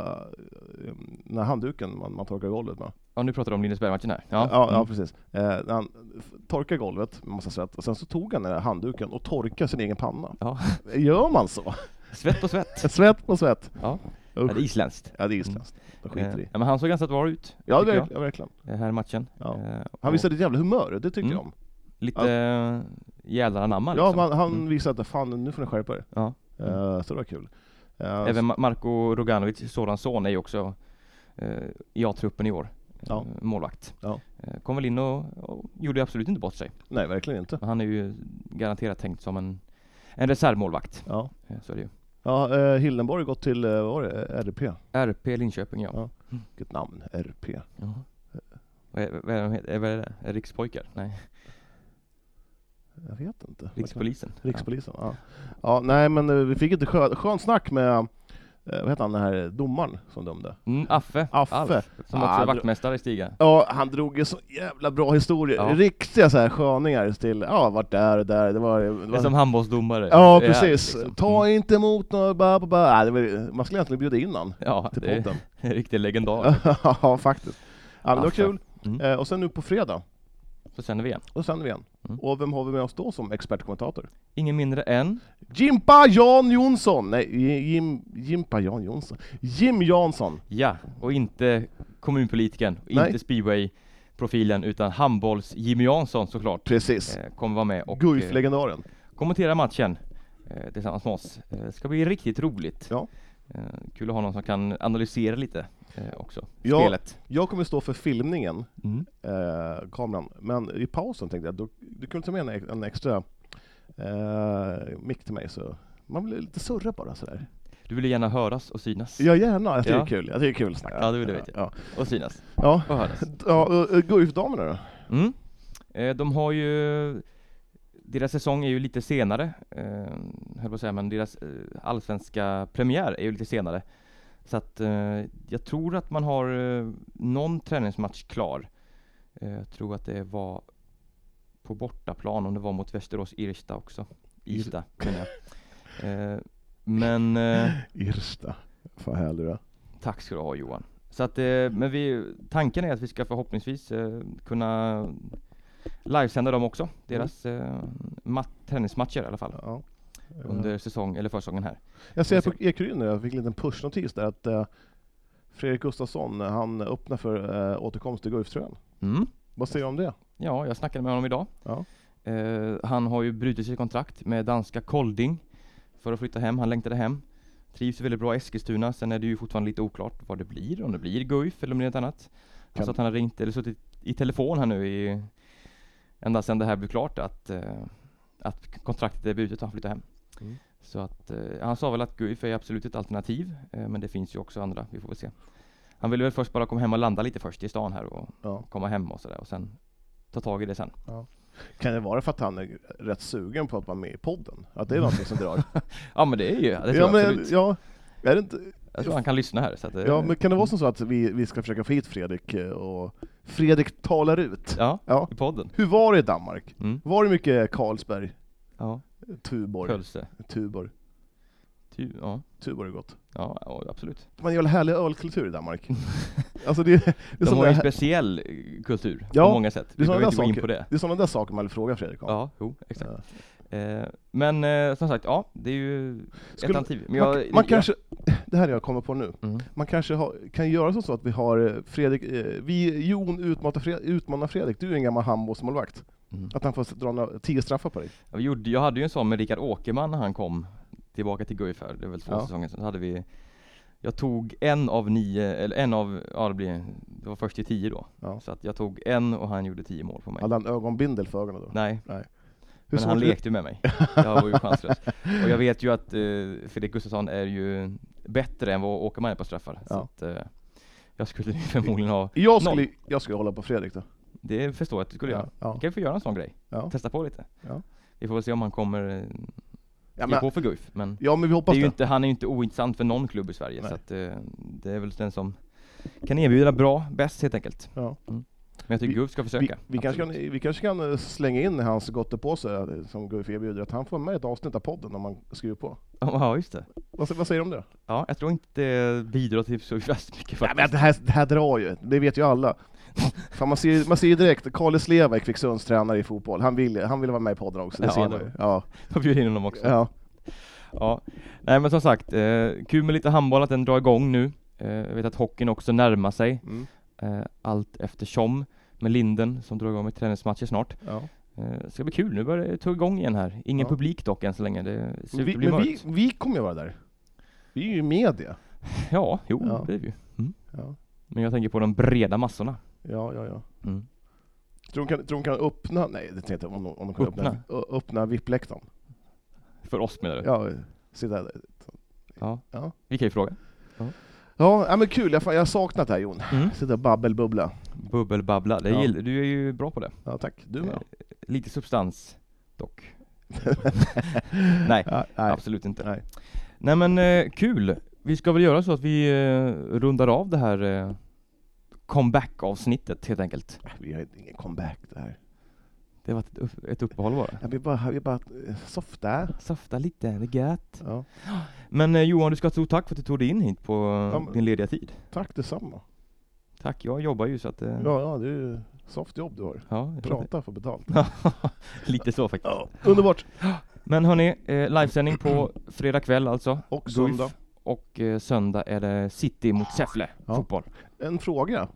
när handduken man torkar golvet med. Ja, nu pratar du om Lindesberg-matchen här. Ja, precis. När han torkar golvet med massa svett och sen så tog han den här handduken och torkade sin egen panna. Ja. Gör man så? Svett på svett. Svett på svett. Ja. Det är isländskt. Ja, det är isländskt. Men han såg ganska bra ut. Ja, verkligen. Här matchen. Ja. Han visade ett jävla humör, det tyckte jag om. Lite jävlar anamma liksom. Ja, han visade att fan, nu får ni skärpa er. Ja. Så det var kul. Även Marko Roganovic, Sorans son, är ju också i A-truppen i år. Målvakt. Kom väl in och gjorde absolut inte bort sig. Nej, verkligen inte. Han är ju garanterat tänkt som en reservmålvakt. Ja. Så är det ju. Ja, Hildenborg gått till RP. RP Linköping, ja. Vilket namn, RP. Ja. Vad är det? Är Rikspojkar? Nej. Jag vet inte. Rikspolisen. Rikspolisen, ja. Nej, men vi fick inte skön snack med vad heter han, den här domaren som dömde? Affe. Alf, som också är vaktmästare i Stiga. Ja, han drog ju så jävla bra historier. Ja. Riktiga så här sköningar till, vart där och där. Det var som handbollsdomare. Ja, precis. Liksom. Ta inte emot några man skulle egentligen bjuda in han till podden. En riktig legendar. Ja, faktiskt. Ja, men det var kul. Och sen nu på fredag så sänder vi igen. Och vem har vi med oss då som expertkommentator? Ingen mindre än Jimpa Jan Jonsson. Nej, Jimpa Jan Jonsson. Jim Jansson. Ja, och inte kommunpolitiken, inte speedway-profilen, utan handbolls Jim Jansson såklart. Precis. Kommer vara med och Guif-legendaren. Kommentera matchen tillsammans med oss. Ska bli riktigt roligt. Ja. Kul att ha någon som kan analysera lite också spelet. Jag kommer stå för filmningen, kameran, men i pausen tänkte jag du kunde ta med en extra mick till mig, så man blir lite surra bara sådär. Du vill gärna höras och synas. Ja, gärna. Jag tycker det är kul. att snacka. Ja, det vet jag. Och synas. Ja. Och höras. Guif-damerna då? De har ju, deras säsong är ju lite senare, höll på att säga, men deras allsvenska premiär är ju lite senare. Så att jag tror att man har någon träningsmatch klar. Jag tror att det var på bortaplan, om det var mot Västerås Irsta också. Irsta, menar jag. Men Irsta, vad härligt då. Tack ska du ha, Johan. Så att, men tanken är att vi ska förhoppningsvis kunna livesända dem också. Deras träningsmatcher i alla fall. Ja. Under säsong eller försäsongen här. Jag ser på Ekeryd nu, jag fick en liten pushnotis där att Fredrik Gustafsson, han öppnar för återkomst till Guif-tröjan. Vad säger du om det? Ja, jag snackade med honom idag. Ja. Han har ju brutit sitt kontrakt med danska Kolding för att flytta hem. Han längtade hem. Trivs väldigt bra i Eskilstuna. Sen är det ju fortfarande lite oklart vad det blir. Om det blir Guif eller om det är något annat. Alltså att han har ringt eller suttit i telefon här nu ända sedan det här blev klart att kontraktet är brutet och han flyttar hem. Så att han sa väl att Guif är absolut ett alternativ, men det finns ju också andra, vi får väl se. Han ville väl först bara komma hem och landa lite först i stan här och komma hem och sådär, och sen ta tag i det sen. Ja. Kan det vara för att han är rätt sugen på att vara med i podden? Att det är någonting som drar? Ja, men det är ju det, tror jag absolut. Ja, är det inte... Jag tror han kan lyssna här. Så att men kan det vara så att vi ska försöka få hit Fredrik och Fredrik talar ut? Ja. I podden. Hur var det i Danmark? Var det mycket Carlsberg? Ja. Tuborg. Pölse. Tuborg. Tuborg är gott. Ja, absolut. Man gör härlig ölkultur i Danmark. Alltså det de har ju en speciell kultur på många sätt. Det är sådana där saker man vill fråga Fredrik om. Ja, exakt. Men som sagt, det är ju ett alternativ. Men man kanske, det här jag kommer på nu, man kanske kan göra så att vi har Fredrik, Jon utmanar Fredrik, du är en gammal handbollsmålvakt. Att han får dra 10 straffar på dig. Jag hade ju en sån med Rickard Åkerman när han kom tillbaka till Guif här. Det är väl 2 säsonger sedan. Hade vi, jag tog en av 9, eller det var först till 10 då. Ja. Så att jag tog en och han gjorde 10 mål på mig. Hade han ögonbindel för ögonen då? Nej. Men han lekte med mig. Jag var ju chanslös. Och jag vet ju att Fredrik Gustafsson är ju bättre än vad Åkerman är på straffar. Så att jag skulle förmodligen ha jag skulle hålla på Fredrik då. Det förstår jag att du skulle göra. Kan vi få göra en sån grej? Testa på lite. Vi får väl se om han kommer på för Guif. Men, men vi hoppas det är ju inte, han är ju inte ointressant för någon klubb i Sverige. Nej. Så att, det är väl den som kan erbjuda bäst helt enkelt. Ja. Men jag tycker Guif ska försöka. Vi kanske kan slänga in hans gottepåse som Guif erbjuder, att han får med ett avsnitt av podden om man skriver på. Ja, just det. Vad säger du om det? Ja, jag tror inte det bidrar till så mycket faktiskt. Ja, men det här drar ju, det vet ju alla. Fan, man ser ju direkt, Carl Sleva, Kvicksunds tränare i fotboll, han ville vara med i podden också. Det ser man ju. Ja. Jag bjuder in honom också. Ja. Nej, men som sagt, kul med lite handboll att den drar igång nu. Jag vet att hockeyn också närmar sig. Allt eftersom med Linden som drar igång med träningsmatcher snart. Det ska bli kul, nu börjar det ta igång igen här. Ingen publik dock än så länge. Det ser ut att bli mörkt. Vi kommer ju vara där. Vi är ju media. Ja, det är vi. Men jag tänker på de breda massorna. Ja. Tror de kan öppna? Nej, det tänkte jag om de kan öppna VIP-läktaren. För oss menar du? Ja, sitta där. Ja. Vi kan ju fråga. Ja, men kul. Jag har saknat det här, Jon. Sitta och babbelbubbla. Bubbelbabbla. Du är ju bra på det. Ja, tack. Du med. Lite substans dock. Nej, absolut inte. Nej men kul. Vi ska väl göra så att vi rundar av det här comeback-avsnittet helt enkelt. Vi har ingen comeback det här. Det var ett uppehåll bara. Ja, vi bara softa. Softa lite, det är gött. Ja. Men Johan, du ska ha stort tack för att du tog dig in hit på din lediga tid. Tack detsamma. Tack, jag jobbar ju så att... Ja, det är ju softjobb du har. Ja, prata för betalt. Lite så faktiskt. Ja, underbart. Men hörni, livesändning på fredag kväll alltså. Och söndag. Och söndag är det City mot Säffle fotboll. En fråga.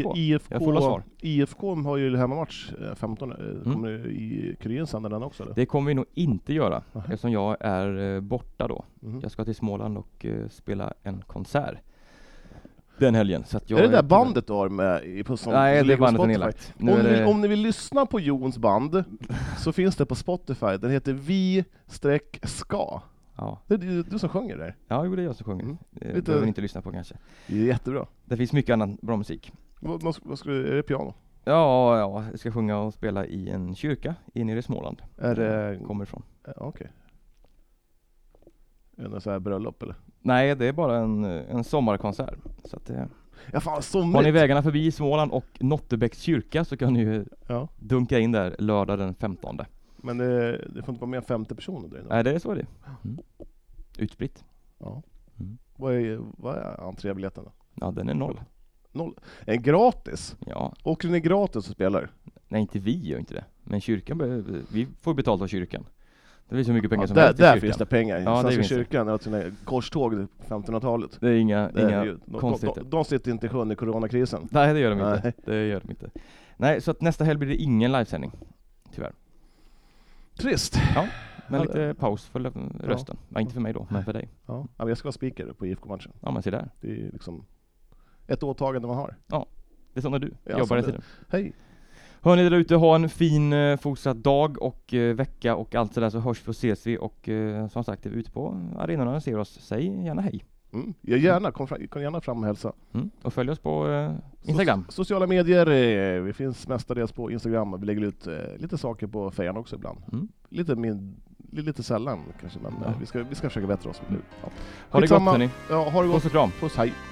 IFK har ju hemmamatch 15. Kommer det i Kuriren sända den också? Eller? Det kommer vi nog inte göra eftersom jag är borta då. Jag ska till Småland och spela en konsert den helgen. Så att jag är det där bandet du har med på som nej, det bandet är nedlagt. Om ni vill lyssna på Jons band så finns det på Spotify. Den heter Vi-ska. Ja. Det är du som sjunger där. Ja, det är jag som sjunger. Det behöver ni inte lyssna på kanske. Det är jättebra. Det finns mycket annan bra musik. Är det piano? Ja, jag ska sjunga och spela i en kyrka nere i Småland. Är det... Kommer ifrån. Okej. Är det så här bröllop eller? Nej, det är bara en sommarkonsert. Så att har ni vägarna förbi Småland och Nottebäcks kyrka så kan ni ju dunka in där lördag den 15. Men det får inte vara mer än 50 personer där inne. Nej, det är så det. Utspritt. Ja. Vad är entrébiljetten då? Ja, den är 0. En gratis? Ja. Åker ni gratis och spelar? Nej, inte vi gör inte det. Men kyrkan, vi får betalt av kyrkan. Det finns så mycket pengar som helst i där finns det pengar. Ja, Svenska kyrkan har sina korståg 1500-talet. Det är inga konstigheter. De sitter inte i sjön i coronakrisen. Nej, det gör de inte. Det gör de inte. Nej, så att nästa helg blir det ingen livesändning. Tyvärr. Trist. Ja, men lite paus för rösten. Ja, inte för mig då, men för dig. Ja, men jag ska vara speaker på IFK-matchen. Ja, men se där. Det är liksom ett åtagande man har. Ja, det är som när du jobbar i tiden. Hej. Hörni där ute, ha en fin fortsatt dag och vecka och allt sådär, så hörs vi och ses vi. Och som sagt, är vi ute på arenorna och ser oss, säg gärna hej. Jag gärna, kom gärna fram och hälsa. Och följ oss på Instagram. Sociala medier, vi finns mestadels på Instagram och vi lägger ut lite saker på fejan också ibland. Lite sällan kanske, men vi ska försöka bättra oss. Ha det gott hörni. Ja, ha det gott. Puss och kram. Puss, hej.